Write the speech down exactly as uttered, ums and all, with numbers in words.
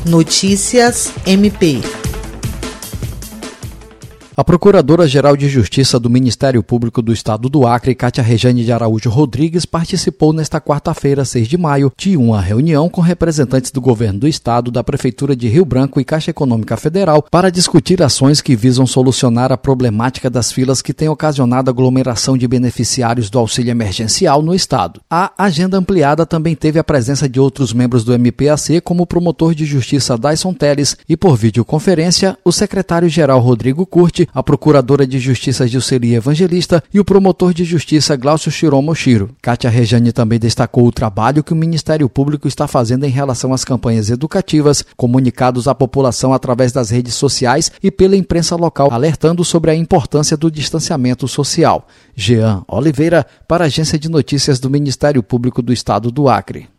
Notícias M P. A Procuradora-Geral de Justiça do Ministério Público do Estado do Acre, Kátia Rejane de Araújo Rodrigues, participou nesta quarta-feira, seis de maio, de uma reunião com representantes do Governo do Estado, da Prefeitura de Rio Branco e Caixa Econômica Federal para discutir ações que visam solucionar a problemática das filas que tem ocasionado aglomeração de beneficiários do auxílio emergencial no Estado. A agenda ampliada também teve a presença de outros membros do M P A C, como o promotor de justiça Dyson Teles e, por videoconferência, o secretário-geral Rodrigo Curti, a procuradora de justiça Gilceli Evangelista e o promotor de justiça Glaucio Chiron Moshiro. Kátia Rejane também destacou o trabalho que o Ministério Público está fazendo em relação às campanhas educativas, comunicados à população através das redes sociais e pela imprensa local, alertando sobre a importância do distanciamento social. Jean Oliveira, para a Agência de Notícias do Ministério Público do Estado do Acre.